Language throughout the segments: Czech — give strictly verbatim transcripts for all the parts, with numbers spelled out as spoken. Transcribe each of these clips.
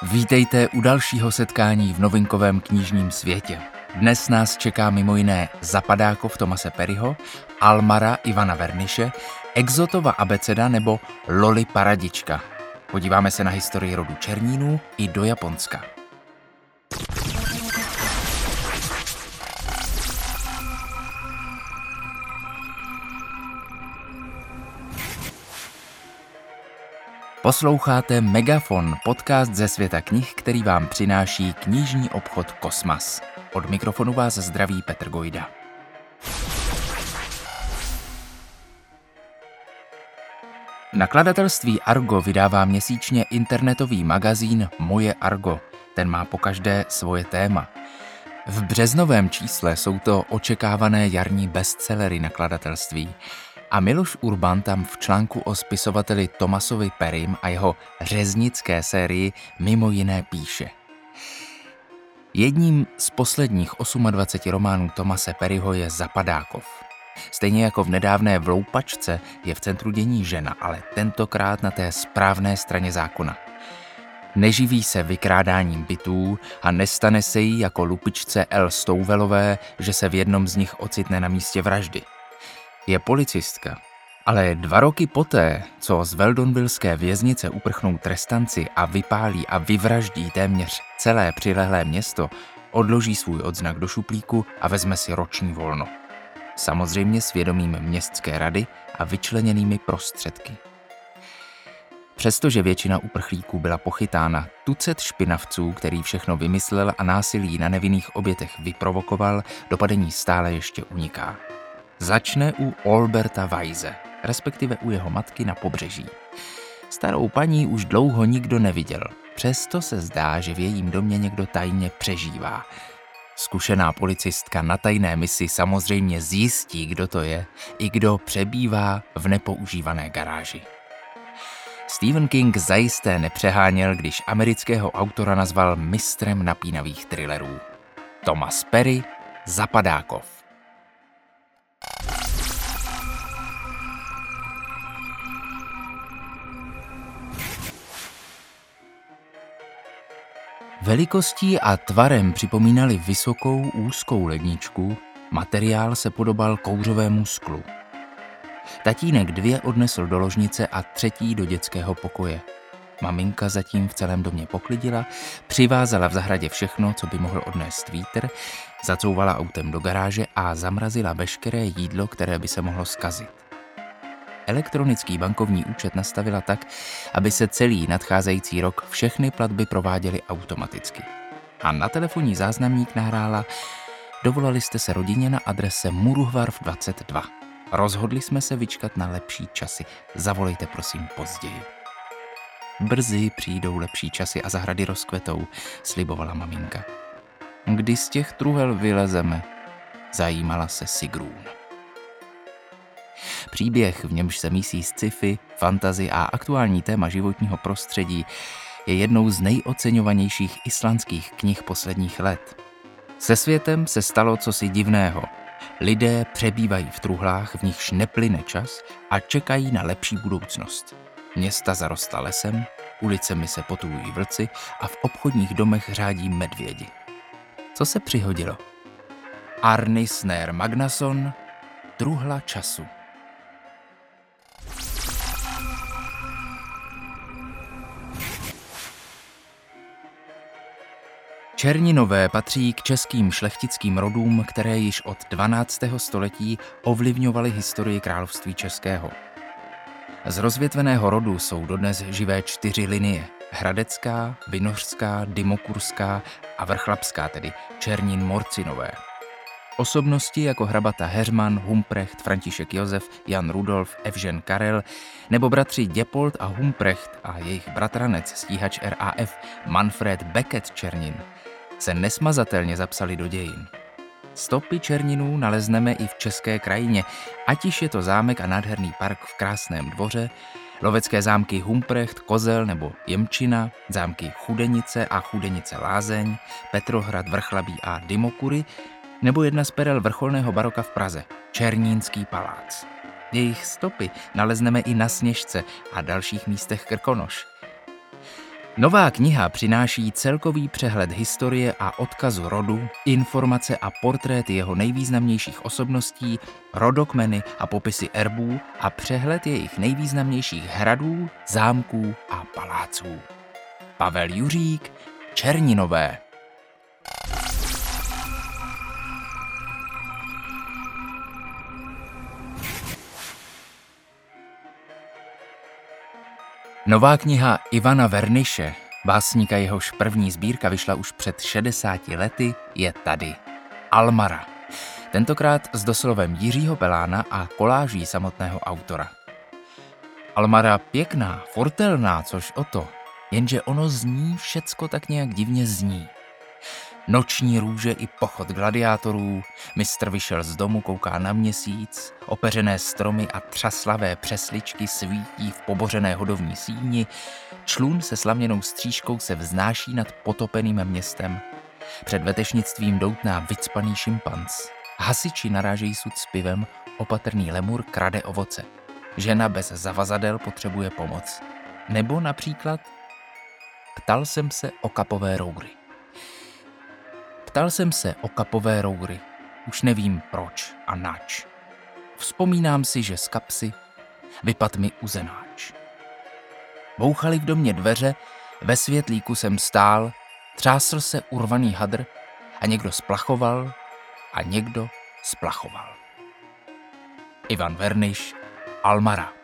Vítejte u dalšího setkání v novinkovém knižním světě. Dnes nás čeká mimo jiné Zapadákov Thomase Perryho, Almara Ivana Verniše, Exotova abeceda nebo Loli Paradička. Podíváme se na historii rodu Černínů i do Japonska. Posloucháte Megafon, podcast ze světa knih, který vám přináší knižní obchod Kosmas. Od mikrofonu vás zdraví Petr Gojda. Nakladatelství Argo vydává měsíčně internetový magazín Moje Argo. Ten má pokaždé svoje téma. V březnovém čísle jsou to očekávané jarní bestsellery nakladatelství. A Miloš Urban tam v článku o spisovateli Thomasovi Perrym a jeho řeznické sérii mimo jiné píše. Jedním z posledních dvaceti osmi románů Thomase Perryho je Zapadákov. Stejně jako v nedávné Vloupačce je v centru dění žena, ale tentokrát na té správné straně zákona. Neživí se vykrádáním bytů a nestane se jí jako lupičce El Stouvelové, že se v jednom z nich ocitne na místě vraždy. Je policistka, ale dva roky poté, co z Weldonvilleské věznice uprchnou trestanci a vypálí a vyvraždí téměř celé přilehlé město, odloží svůj odznak do šuplíku a vezme si roční volno. Samozřejmě s vědomím městské rady a vyčleněnými prostředky. Přestože většina uprchlíků byla pochytána, tucet špinavců, který všechno vymyslel a násilí na nevinných obětech vyprovokoval, dopadení stále ještě uniká. Začne u Alberta Weise, respektive u jeho matky na pobřeží. Starou paní už dlouho nikdo neviděl, přesto se zdá, že v jejím domě někdo tajně přežívá. Zkušená policistka na tajné misi samozřejmě zjistí, kdo to je i kdo přebývá v nepoužívané garáži. Stephen King zajisté nepřeháněl, když amerického autora nazval mistrem napínavých thrillerů. Thomas Perry, Zapadákov. Velikostí a tvarem připomínali vysokou úzkou ledničku, materiál se podobal kouřovému sklu. Tatínek dvě odnesl do ložnice a třetí do dětského pokoje. Maminka zatím v celém domě poklidila, přivázala v zahradě všechno, co by mohl odnést vítr, zacouvala autem do garáže a zamrazila veškeré jídlo, které by se mohlo zkazit. Elektronický bankovní účet nastavila tak, aby se celý nadcházející rok všechny platby prováděly automaticky. A na telefonní záznamník nahrála: dovolali jste se rodině na adrese Muruhvarf dvacet dva. Rozhodli jsme se vyčkat na lepší časy. Zavolejte prosím později. Brzy přijdou lepší časy a zahrady rozkvetou, slibovala maminka. Kdy z těch truhel vylezeme? Zajímala se Sigrún. Příběh, v němž se mísí sci-fi, fantasy a aktuální téma životního prostředí, je jednou z nejoceňovanějších islandských knih posledních let. Se světem se stalo cosi divného. Lidé přebývají v truhlách, v nichž neplyne čas a čekají na lepší budoucnost. Města zarostla lesem, ulicemi se potují vlci a v obchodních domech řádí medvědi. Co se přihodilo? Arny Snare Magnason, Truhla času. Černínové patří k českým šlechtickým rodům, které již od dvanáctého století ovlivňovaly historii království českého. Z rozvětveného rodu jsou dodnes živé čtyři linie: hradecká, vinořská, dymokurská a vrchlabská, tedy Černín Morcinové. Osobnosti jako hrabata Heřman, Humprecht, František Josef, Jan Rudolf, Evžen Karel nebo bratři Děpold a Humprecht a jejich bratranec stíhač R A F Manfred Becket Černin se nesmazatelně zapsali do dějin. Stopy Černínů nalezneme i v české krajině, ať již je to zámek a nádherný park v Krásném Dvoře, lovecké zámky Humprecht, Kozel nebo Jemčina, zámky Chudenice a Chudenice Lázeň, Petrohrad, Vrchlabí a Dymokury, nebo jedna z perel vrcholného baroka v Praze, Černínský palác. Jejich stopy nalezneme i na Sněžce a dalších místech Krkonoš. Nová kniha přináší celkový přehled historie a odkazu rodu, informace a portréty jeho nejvýznamnějších osobností, rodokmeny a popisy erbů a přehled jejich nejvýznamnějších hradů, zámků a paláců. Pavel Juřík, Černinové. Nová kniha Ivana Verniše, básníka, jehož první sbírka vyšla už před šedesáti lety, je tady. Almara. Tentokrát s doslovem Jiřího Pelána a koláží samotného autora. Almara pěkná, fortelná, což o to, jenže ono zní všecko tak nějak divně zní. Noční růže i pochod gladiátorů, mistr vyšel z domu, kouká na měsíc, opeřené stromy a třaslavé přesličky svítí v pobořené hodovní síni, člun se slaměnou střížkou se vznáší nad potopeným městem. Před vetešnictvím doutná vycpaný šimpanz. Hasiči narážejí sud s pivem, opatrný lemur krade ovoce. Žena bez zavazadel potřebuje pomoc. Nebo například ptal jsem se o kapové roury. Ptal jsem se o kapové roury. Už nevím proč a nač. Vzpomínám si, že z kapsy vypad mi uzenáč. Bouchaly v domě dveře, ve světlíku jsem stál, třásl se urvaný hadr a někdo splachoval a někdo splachoval. Ivan Verniš, Almara.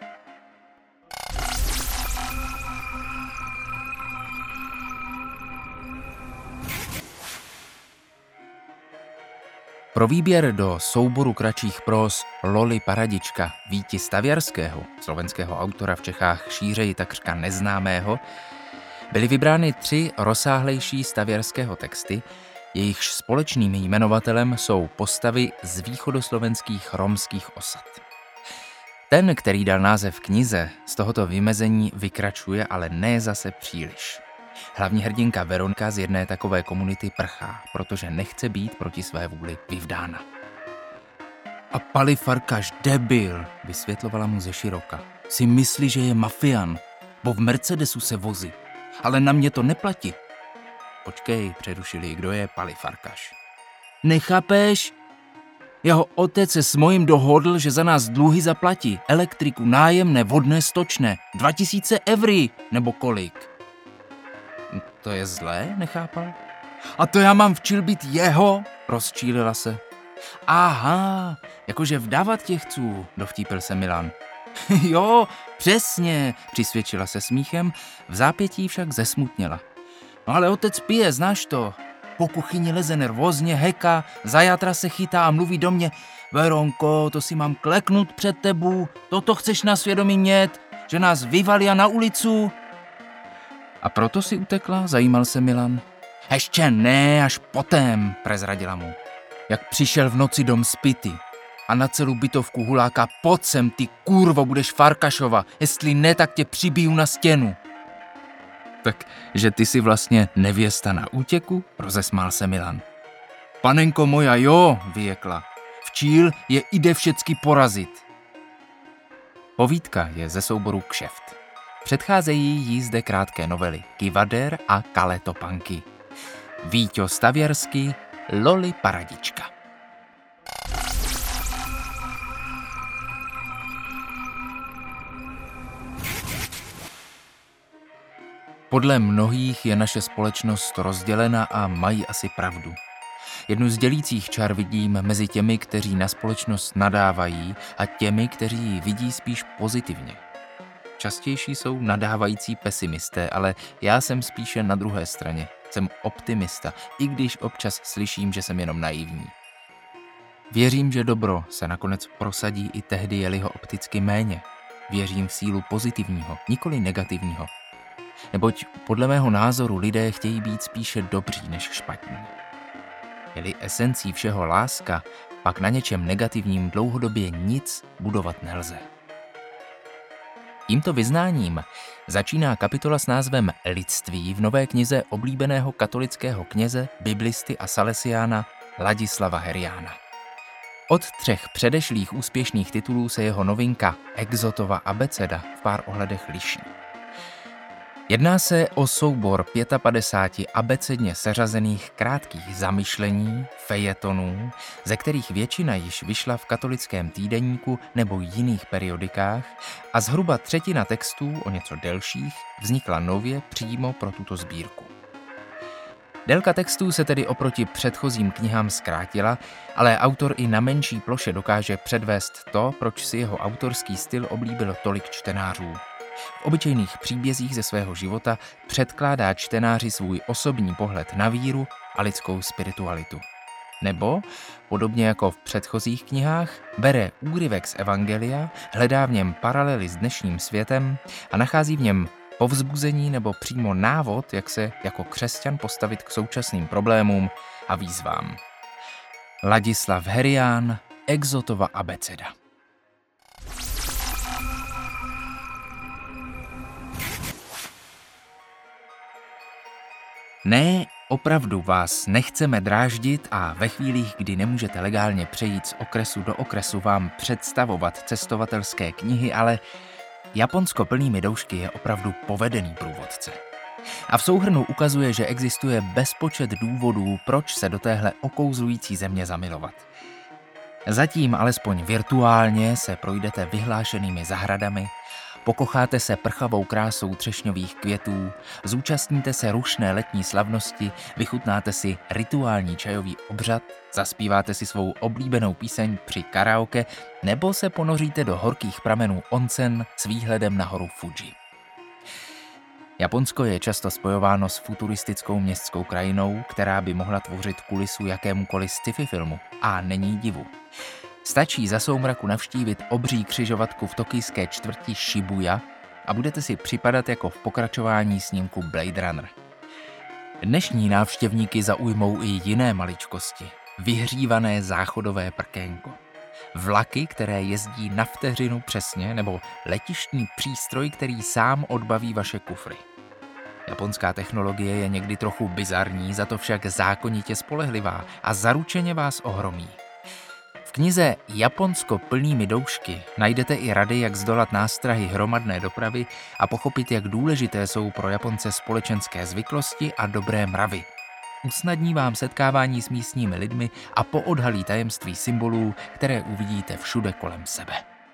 Pro výběr do souboru kratších próz Loli Paradička Víti Stavěrského, slovenského autora v Čechách šířeji takřka neznámého, byly vybrány tři rozsáhlejší stavěrského texty, jejichž společným jmenovatelem jsou postavy z východoslovenských romských osad. Ten, který dal název knize, z tohoto vymezení vykračuje, ale ne zase příliš. Hlavní hrdinka Veronika z jedné takové komunity prchá, protože nechce být proti své vůli vyvdána. A Pali Farkaš, debil, vysvětlovala mu ze široka. Si myslí, že je mafián, bo v Mercedesu se vozí, ale na mě to neplatí. Počkej, přerušili, kdo je Pali Farkaš. Nechápeš? Jeho otec se s mojím dohodl, že za nás dluhy zaplatí, elektriku, nájemné, vodné, stočné, dva tisíce evry, nebo kolik. To je zlé, nechápal? A to já mám včil být jeho, rozčílila se. Aha, jakože vdávat tě chcu, dovtípil se Milan. Jo, přesně, přisvědčila se smíchem, v zápětí však zesmutněla. No ale otec pije, znáš to. Po kuchyni leze nervózně, heka, za játra se chytá a mluví do mě. Veronko, to si mám kleknout před tebu, toto chceš na svědomí mět, že nás vyvalí na ulicu. A proto si utekla, zajímal se Milan. Ještě ne, až potom, prezradila mu. Jak přišel v noci dom spity a na celou bytovku huláka, pojď sem, ty kurvo, budeš Farkašova, jestli ne, tak tě přibiju na stěnu. Tak, že ty jsi vlastně nevěsta na útěku? Rozesmál se Milan. Panenko moja, jo, vyjekla. Včíl je ide všecky porazit. Povídka je ze souboru Kšeft. Předcházejí jí zde krátké novely Kivader a Kaletopanky. Víťo Stavěrský, Loli Paradička. Podle mnohých je naše společnost rozdělena a mají asi pravdu. Jednu z dělících čar vidím mezi těmi, kteří na společnost nadávají, a těmi, kteří ji vidí spíš pozitivně. Častější jsou nadávající pesimisté, ale já jsem spíše na druhé straně. Jsem optimista, i když občas slyším, že jsem jenom naivní. Věřím, že dobro se nakonec prosadí i tehdy, je-li ho opticky méně. Věřím v sílu pozitivního, nikoli negativního. Neboť podle mého názoru lidé chtějí být spíše dobří než špatní. Je-li esencí všeho láska, pak na něčem negativním dlouhodobě nic budovat nelze. Tímto vyznáním začíná kapitola s názvem Lidství v nové knize oblíbeného katolického kněze, biblisty a salesiána Ladislava Heriána. Od třech předešlých úspěšných titulů se jeho novinka Exotova abeceda v pár ohledech liší. Jedná se o soubor padesát pět abecedně seřazených krátkých zamyšlení, fejetonů, ze kterých většina již vyšla v katolickém týdeníku nebo jiných periodikách a zhruba třetina textů, o něco delších, vznikla nově přímo pro tuto sbírku. Délka textů se tedy oproti předchozím knihám zkrátila, ale autor i na menší ploše dokáže předvést to, proč si jeho autorský styl oblíbil tolik čtenářů. V obyčejných příbězích ze svého života předkládá čtenáři svůj osobní pohled na víru a lidskou spiritualitu. Nebo, podobně jako v předchozích knihách, bere úryvek z Evangelia, hledá v něm paralely s dnešním světem a nachází v něm povzbuzení nebo přímo návod, jak se jako křesťan postavit k současným problémům a výzvám. Ladislav Herián, Exotova abeceda. Ne, opravdu vás nechceme dráždit a ve chvílích, kdy nemůžete legálně přejít z okresu do okresu, vám představovat cestovatelské knihy, ale Japonsko plnými doušky je opravdu povedený průvodce. A v souhrnu ukazuje, že existuje bezpočet důvodů, proč se do téhle okouzlující země zamilovat. Zatím alespoň virtuálně se projdete vyhlášenými zahradami, pokocháte se prchavou krásou třešňových květů, zúčastníte se rušné letní slavnosti, vychutnáte si rituální čajový obřad, zaspíváte si svou oblíbenou píseň při karaoke nebo se ponoříte do horkých pramenů onsen s výhledem na horu Fuji. Japonsko je často spojováno s futuristickou městskou krajinou, která by mohla tvořit kulisu jakémukoliv sci-fi filmu. A není divu. Stačí za soumraku navštívit obří křižovatku v tokijské čtvrti Shibuya a budete si připadat jako v pokračování snímku Blade Runner. Dnešní návštěvníky zaujmou i jiné maličkosti. Vyhřívané záchodové prkénko, vlaky, které jezdí na vteřinu přesně, nebo letištní přístroj, který sám odbaví vaše kufry. Japonská technologie je někdy trochu bizarní, za to však zákonitě spolehlivá a zaručeně vás ohromí. V knize Japonsko plnými doušky najdete i rady, jak zdolat nástrahy hromadné dopravy a pochopit, jak důležité jsou pro Japonce společenské zvyklosti a dobré mravy. Usnadní vám setkávání s místními lidmi a poodhalí tajemství symbolů, které uvidíte všude kolem sebe.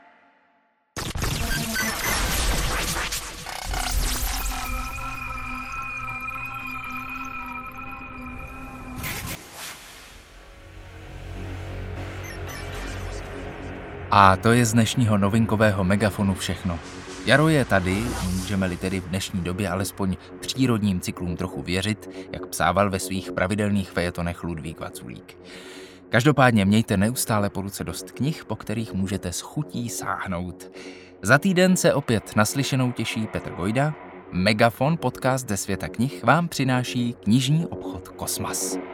A to je z dnešního novinkového Megafonu všechno. Jaro je tady, můžeme-li tedy v dnešní době alespoň přírodním cyklům trochu věřit, jak psával ve svých pravidelných fejetonech Ludvík Vaculík. Každopádně mějte neustále po ruce dost knih, po kterých můžete s chutí sáhnout. Za týden se opět naslyšenou těší Petr Gojda. Megafon, podcast ze světa knih, vám přináší knižní obchod Kosmas.